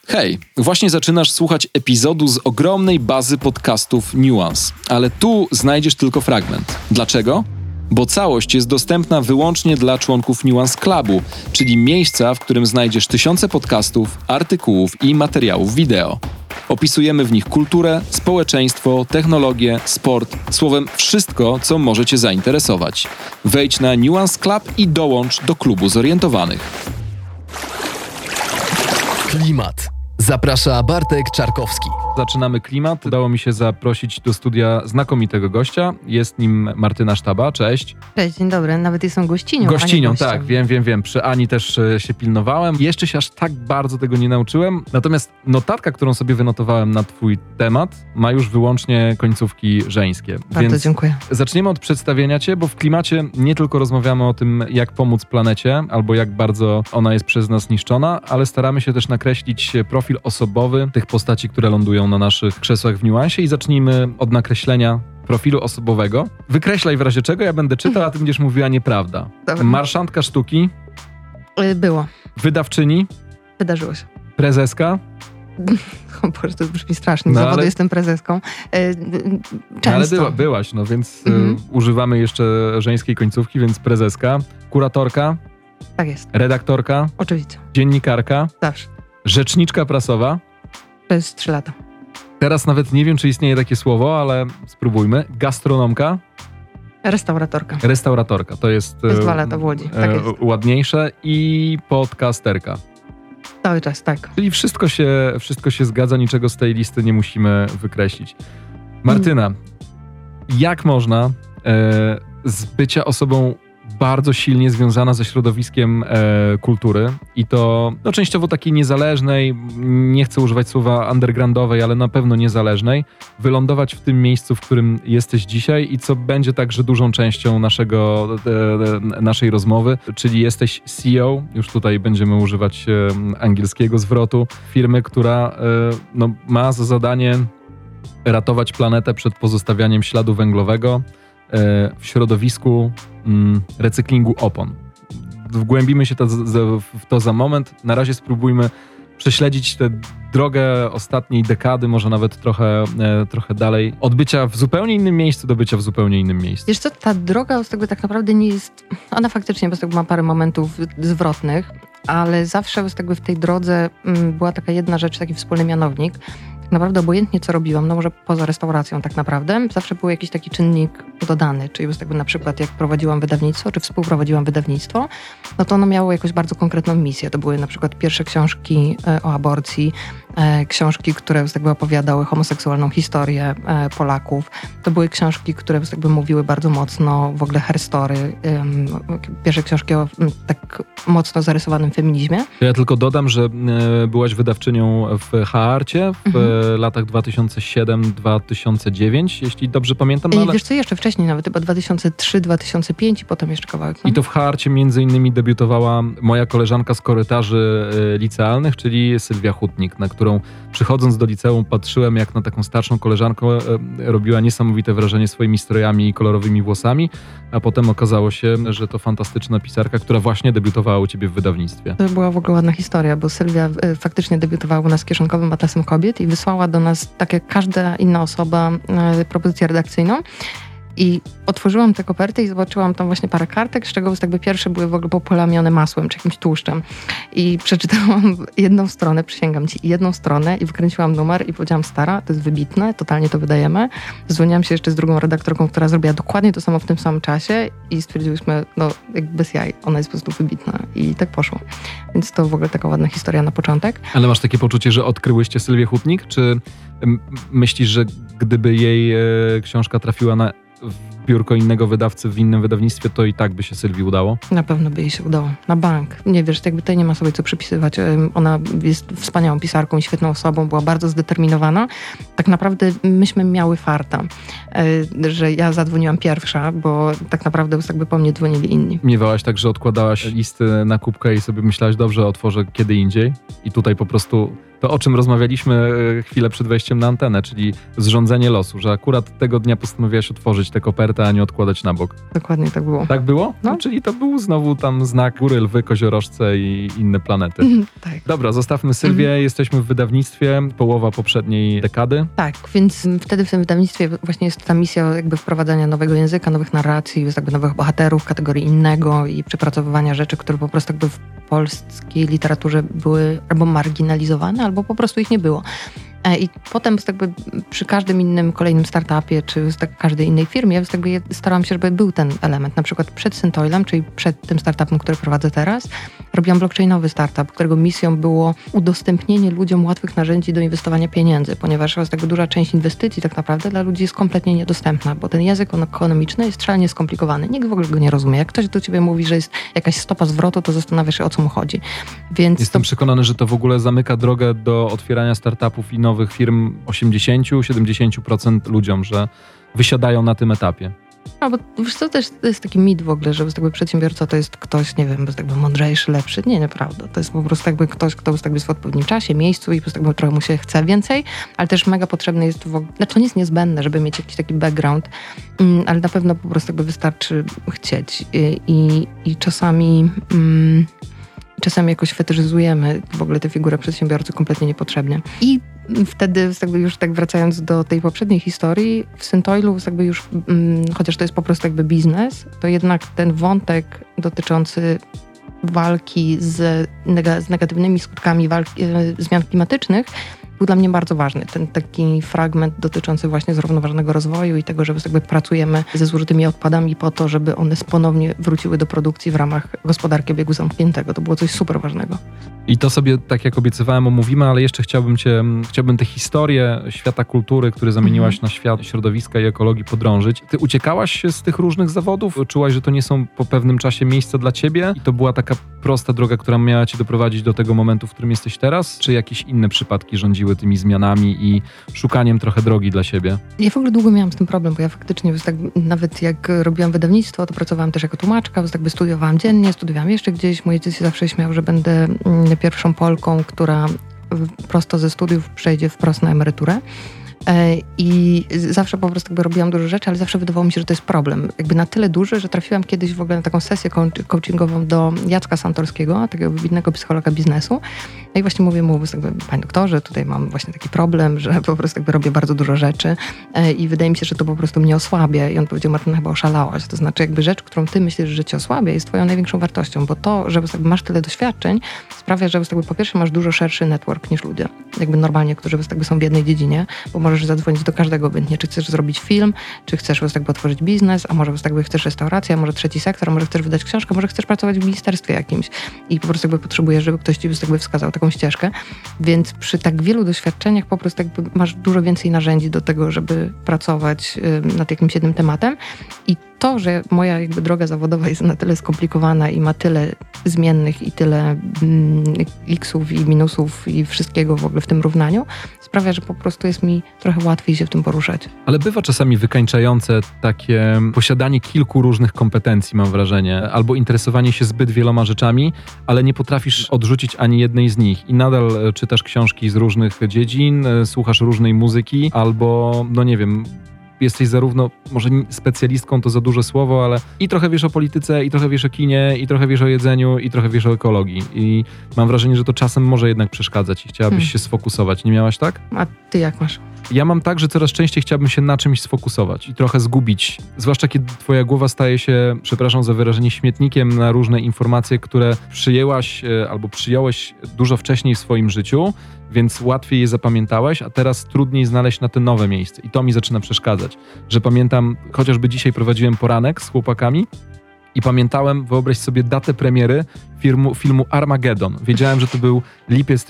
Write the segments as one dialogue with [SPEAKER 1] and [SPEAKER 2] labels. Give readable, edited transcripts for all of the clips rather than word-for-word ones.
[SPEAKER 1] Hej, właśnie zaczynasz słuchać epizodu z ogromnej bazy podcastów Nuance, ale tu znajdziesz tylko fragment. Dlaczego? Bo całość jest dostępna wyłącznie dla członków Nuance Clubu, czyli miejsca, w którym znajdziesz tysiące podcastów, artykułów i materiałów wideo. Opisujemy w nich kulturę, społeczeństwo, technologię, sport, słowem wszystko, co może Cię zainteresować. Wejdź na Nuance Club i dołącz do klubu zorientowanych.
[SPEAKER 2] Klimat. Zaprasza Bartek Czarkowski.
[SPEAKER 1] Zaczynamy klimat. Udało mi się zaprosić do studia znakomitego gościa. Jest nim Martyna Sztaba. Cześć.
[SPEAKER 3] Cześć, dzień dobry. Nawet jestem gościnią.
[SPEAKER 1] Gościnią, tak. Wiem. Przy Ani też się pilnowałem. Jeszcze się aż tak bardzo tego nie nauczyłem. Natomiast notatka, którą sobie wynotowałem na twój temat, ma już wyłącznie końcówki żeńskie.
[SPEAKER 3] Bardzo dziękuję.
[SPEAKER 1] Zaczniemy od przedstawienia cię, bo w klimacie nie tylko rozmawiamy o tym, jak pomóc planecie, albo jak bardzo ona jest przez nas niszczona, ale staramy się też nakreślić profil osobowy tych postaci, które lądują na naszych krzesłach w Nuansie i zacznijmy od nakreślenia profilu osobowego. Wykreślaj w razie czego, ja będę czytał, a ty będziesz mówiła nieprawda.
[SPEAKER 3] Dobra.
[SPEAKER 1] Marszantka sztuki.
[SPEAKER 3] Było.
[SPEAKER 1] Wydawczyni.
[SPEAKER 3] Wydarzyło się.
[SPEAKER 1] Prezeska.
[SPEAKER 3] O Boże, to brzmi strasznie. Z zawodu jestem prezeską. Często.
[SPEAKER 1] Ale byłaś, więc używamy jeszcze żeńskiej końcówki, więc prezeska. Kuratorka.
[SPEAKER 3] Tak jest.
[SPEAKER 1] Redaktorka.
[SPEAKER 3] Oczywiście.
[SPEAKER 1] Dziennikarka.
[SPEAKER 3] Zawsze.
[SPEAKER 1] Rzeczniczka prasowa.
[SPEAKER 3] Przez 3 lata.
[SPEAKER 1] Teraz nawet nie wiem, czy istnieje takie słowo, ale spróbujmy. Gastronomka.
[SPEAKER 3] Restauratorka.
[SPEAKER 1] To jest
[SPEAKER 3] 2 lata w Łodzi. Tak jest.
[SPEAKER 1] Ładniejsze. I podcasterka.
[SPEAKER 3] Cały czas, tak.
[SPEAKER 1] Czyli wszystko się zgadza, niczego z tej listy nie musimy wykreślić. Martyna, jak można z bycia osobą bardzo silnie związana ze środowiskiem kultury i to częściowo takiej niezależnej, nie chcę używać słowa undergroundowej, ale na pewno niezależnej, wylądować w tym miejscu, w którym jesteś dzisiaj i co będzie także dużą częścią naszej rozmowy, czyli jesteś CEO, już tutaj będziemy używać angielskiego zwrotu, firmy, która ma za zadanie ratować planetę przed pozostawianiem śladu węglowego w środowisku recyklingu opon. Wgłębimy się w to za moment. Na razie spróbujmy prześledzić tę drogę ostatniej dekady, może nawet trochę dalej. Od bycia w zupełnie innym miejscu do bycia w zupełnie innym miejscu.
[SPEAKER 3] Wiesz co, ta droga z tego tak naprawdę nie jest... Ona faktycznie bez tego ma parę momentów zwrotnych, ale zawsze z tego w tej drodze była taka jedna rzecz, taki wspólny mianownik. Tak naprawdę obojętnie co robiłam, może poza restauracją tak naprawdę, zawsze był jakiś taki czynnik dodany, czyli z tego na przykład jak prowadziłam wydawnictwo, czy współprowadziłam wydawnictwo, to ono miało jakąś bardzo konkretną misję. To były na przykład pierwsze książki o aborcji, książki, które opowiadały homoseksualną historię Polaków. To były książki, które mówiły bardzo mocno w ogóle herstory. Pierwsze książki o tak mocno zarysowanym feminizmie.
[SPEAKER 1] Ja tylko dodam, że byłaś wydawczynią w Haarcie w latach 2007-2009, jeśli dobrze pamiętam.
[SPEAKER 3] Ale... Wiesz co, jeszcze wcześniej, nawet chyba 2003-2005 i potem jeszcze kawałek.
[SPEAKER 1] I to w Haarcie między innymi debiutowała moja koleżanka z korytarzy licealnych, czyli Sylwia Hutnik, na którą przychodząc do liceum patrzyłem jak na taką starszą koleżankę, robiła niesamowite wrażenie swoimi strojami i kolorowymi włosami, a potem okazało się, że to fantastyczna pisarka, która właśnie debiutowała u ciebie w wydawnictwie.
[SPEAKER 3] To była w ogóle ładna historia, bo Sylwia faktycznie debiutowała u nas kieszonkowym atlasem kobiet i wysłała do nas, tak jak każda inna osoba, propozycję redakcyjną. I otworzyłam tę kopertę i zobaczyłam tam właśnie parę kartek, z czego pierwsze były w ogóle poplamione masłem czy jakimś tłuszczem. I przeczytałam jedną stronę, przysięgam ci, jedną stronę i wykręciłam numer i powiedziałam: stara, to jest wybitne, totalnie to wydajemy. Dzwoniłam się jeszcze z drugą redaktorką, która zrobiła dokładnie to samo w tym samym czasie i stwierdziłyśmy, jak bez jaj, ona jest po prostu wybitna. I tak poszło. Więc to w ogóle taka ładna historia na początek.
[SPEAKER 1] Ale masz takie poczucie, że odkryłyście Sylwię Hutnik? Czy myślisz, że gdyby jej książka trafiła w biurko innego wydawcy w innym wydawnictwie, to i tak by się Sylwii udało?
[SPEAKER 3] Na pewno by jej się udało. Na bank. Nie wiesz, tutaj nie ma sobie co przypisywać. Ona jest wspaniałą pisarką i świetną osobą, była bardzo zdeterminowana. Tak naprawdę myśmy miały farta, że ja zadzwoniłam pierwsza, bo tak naprawdę po mnie dzwonili inni.
[SPEAKER 1] Miewałaś tak, że odkładałaś listy na kubkę i sobie myślałaś, dobrze, otworzę kiedy indziej i tutaj po prostu to, o czym rozmawialiśmy chwilę przed wejściem na antenę, czyli zrządzenie losu, że akurat tego dnia postanowiłaś otworzyć tę kopertę priorytety, a nie odkładać na bok.
[SPEAKER 3] Dokładnie tak było.
[SPEAKER 1] Tak było?
[SPEAKER 3] No.
[SPEAKER 1] Czyli to był znowu tam znak góry, lwy, koziorożce i inne planety.
[SPEAKER 3] Tak.
[SPEAKER 1] Dobra, zostawmy Sylwię. Jesteśmy w wydawnictwie, połowa poprzedniej dekady.
[SPEAKER 3] Tak, więc wtedy w tym wydawnictwie właśnie jest ta misja jakby wprowadzania nowego języka, nowych narracji, jakby nowych bohaterów, kategorii innego i przepracowywania rzeczy, które po prostu jakby w polskiej literaturze były albo marginalizowane, albo po prostu ich nie było. I potem jakby przy każdym innym kolejnym startupie, czy każdej innej firmie, jakby starałam się, żeby był ten element. Na przykład przed Syntoilem, czyli przed tym startupem, który prowadzę teraz, robiłam blockchainowy startup, którego misją było udostępnienie ludziom łatwych narzędzi do inwestowania pieniędzy, ponieważ duża część inwestycji tak naprawdę dla ludzi jest kompletnie niedostępna, bo ten język ekonomiczny jest szalenie skomplikowany. Nikt w ogóle go nie rozumie. Jak ktoś do ciebie mówi, że jest jakaś stopa zwrotu, to zastanawiasz się, o co mu chodzi. Więc
[SPEAKER 1] Jestem przekonany, że to w ogóle zamyka drogę do otwierania startupów i nowych firm 80-70% ludziom, że wysiadają na tym etapie.
[SPEAKER 3] No, bo wiesz co, też to jest taki mit w ogóle, że przedsiębiorca to jest ktoś, nie wiem, mądrzejszy, lepszy. Nie, nieprawda. To jest po prostu ktoś, kto jest w odpowiednim czasie, miejscu i po prostu trochę mu się chce więcej, ale też mega potrzebny jest w ogóle, to nie jest niezbędne, żeby mieć jakiś taki background, ale na pewno po prostu wystarczy chcieć. I czasami jakoś fetyszyzujemy w ogóle tę figurę przedsiębiorcy kompletnie niepotrzebnie. I wtedy już tak wracając do tej poprzedniej historii, w Syntoilu już, chociaż to jest po prostu biznes, to jednak ten wątek dotyczący walki z negatywnymi skutkami zmian klimatycznych był dla mnie bardzo ważny. Ten taki fragment dotyczący właśnie zrównoważonego rozwoju i tego, że pracujemy ze zużytymi odpadami po to, żeby one ponownie wróciły do produkcji w ramach gospodarki obiegu zamkniętego. To było coś super ważnego.
[SPEAKER 1] I to sobie, tak jak obiecywałem, omówimy, ale jeszcze chciałbym tę historię świata kultury, który zamieniłaś na świat środowiska i ekologii, podrążyć. Ty uciekałaś z tych różnych zawodów? Czułaś, że to nie są po pewnym czasie miejsca dla ciebie? I to była taka prosta droga, która miała cię doprowadzić do tego momentu, w którym jesteś teraz? Czy jakieś inne przypadki rządziły tymi zmianami i szukaniem trochę drogi dla siebie?
[SPEAKER 3] Ja w ogóle długo miałam z tym problem, bo ja faktycznie nawet jak robiłam wydawnictwo, to pracowałam też jako tłumaczka, studiowałam dziennie, studiowałam jeszcze gdzieś. Moje dzieci zawsze śmiały, że będę pierwszą Polką, która prosto ze studiów przejdzie wprost na emeryturę. I zawsze po prostu robiłam dużo rzeczy, ale zawsze wydawało mi się, że to jest problem. Na tyle duży, że trafiłam kiedyś w ogóle na taką sesję coachingową do Jacka Santorskiego, takiego wybitnego psychologa biznesu. No i właśnie mówię mu, panie doktorze, tutaj mam właśnie taki problem, że po prostu robię bardzo dużo rzeczy i wydaje mi się, że to po prostu mnie osłabia. I on powiedział: Martyna, chyba oszalałaś. To znaczy rzecz, którą ty myślisz, że cię osłabia, jest twoją największą wartością, bo to, że masz tyle doświadczeń, sprawia, że po pierwsze masz dużo szerszy network niż ludzie. Normalnie, którzy są w jednej dziedzinie, bo możesz zadzwonić do każdego obojętnie, czy chcesz zrobić film, czy chcesz otworzyć biznes, a może chcesz restaurację, a może trzeci sektor, a może chcesz wydać książkę, a może chcesz pracować w ministerstwie jakimś i po prostu potrzebujesz, żeby ktoś ci wskazał taką ścieżkę. Więc przy tak wielu doświadczeniach po prostu masz dużo więcej narzędzi do tego, żeby pracować nad jakimś jednym tematem. I to, że moja droga zawodowa jest na tyle skomplikowana i ma tyle zmiennych i tyle xów i minusów i wszystkiego w ogóle w tym równaniu, sprawia, że po prostu jest mi trochę łatwiej się w tym poruszać.
[SPEAKER 1] Ale bywa czasami wykańczające takie posiadanie kilku różnych kompetencji, mam wrażenie, albo interesowanie się zbyt wieloma rzeczami, ale nie potrafisz odrzucić ani jednej z nich i nadal czytasz książki z różnych dziedzin, słuchasz różnej muzyki, albo, nie wiem, jesteś zarówno, może specjalistką to za duże słowo, ale i trochę wiesz o polityce, i trochę wiesz o kinie, i trochę wiesz o jedzeniu, i trochę wiesz o ekologii. I mam wrażenie, że to czasem może jednak przeszkadzać i chciałabyś się sfokusować. Nie miałaś tak?
[SPEAKER 3] A ty jak masz?
[SPEAKER 1] Ja mam tak, że coraz częściej chciałbym się na czymś sfokusować i trochę zgubić. Zwłaszcza kiedy twoja głowa staje się, przepraszam za wyrażenie, śmietnikiem na różne informacje, które przyjęłaś albo przyjąłeś dużo wcześniej w swoim życiu, więc łatwiej je zapamiętałeś, a teraz trudniej znaleźć na te nowe miejsce. I to mi zaczyna przeszkadzać. Że pamiętam, chociażby dzisiaj prowadziłem poranek z chłopakami i pamiętałem, wyobraź sobie, datę premiery filmu Armageddon. Wiedziałem, że to był lipiec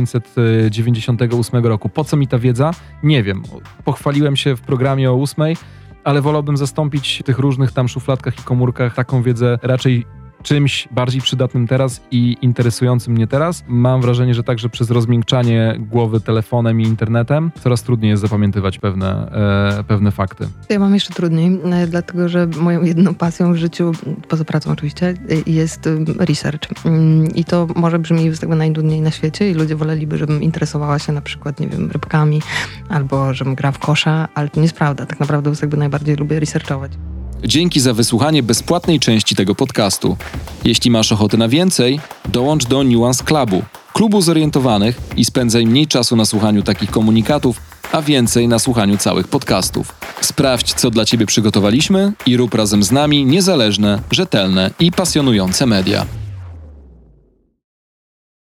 [SPEAKER 1] 1998 roku. Po co mi ta wiedza? Nie wiem. Pochwaliłem się w programie o 8, ale wolałbym zastąpić w tych różnych tam szufladkach i komórkach taką wiedzę raczej czymś bardziej przydatnym teraz i interesującym mnie teraz. Mam wrażenie, że także przez rozmiękczanie głowy telefonem i internetem coraz trudniej jest zapamiętywać pewne fakty.
[SPEAKER 3] Ja mam jeszcze trudniej, dlatego że moją jedną pasją w życiu, poza pracą oczywiście, jest research. I to może brzmi jakby najnudniej na świecie i ludzie woleliby, żebym interesowała się na przykład, nie wiem, rybkami albo żebym grała w kosza, ale to nie jest prawda. Tak naprawdę jakby najbardziej lubię researchować.
[SPEAKER 4] Dzięki za wysłuchanie bezpłatnej części tego podcastu. Jeśli masz ochotę na więcej, dołącz do Nuance Clubu, klubu zorientowanych i spędzaj mniej czasu na słuchaniu takich komunikatów, a więcej na słuchaniu całych podcastów. Sprawdź, co dla Ciebie przygotowaliśmy i rób razem z nami niezależne, rzetelne i pasjonujące media.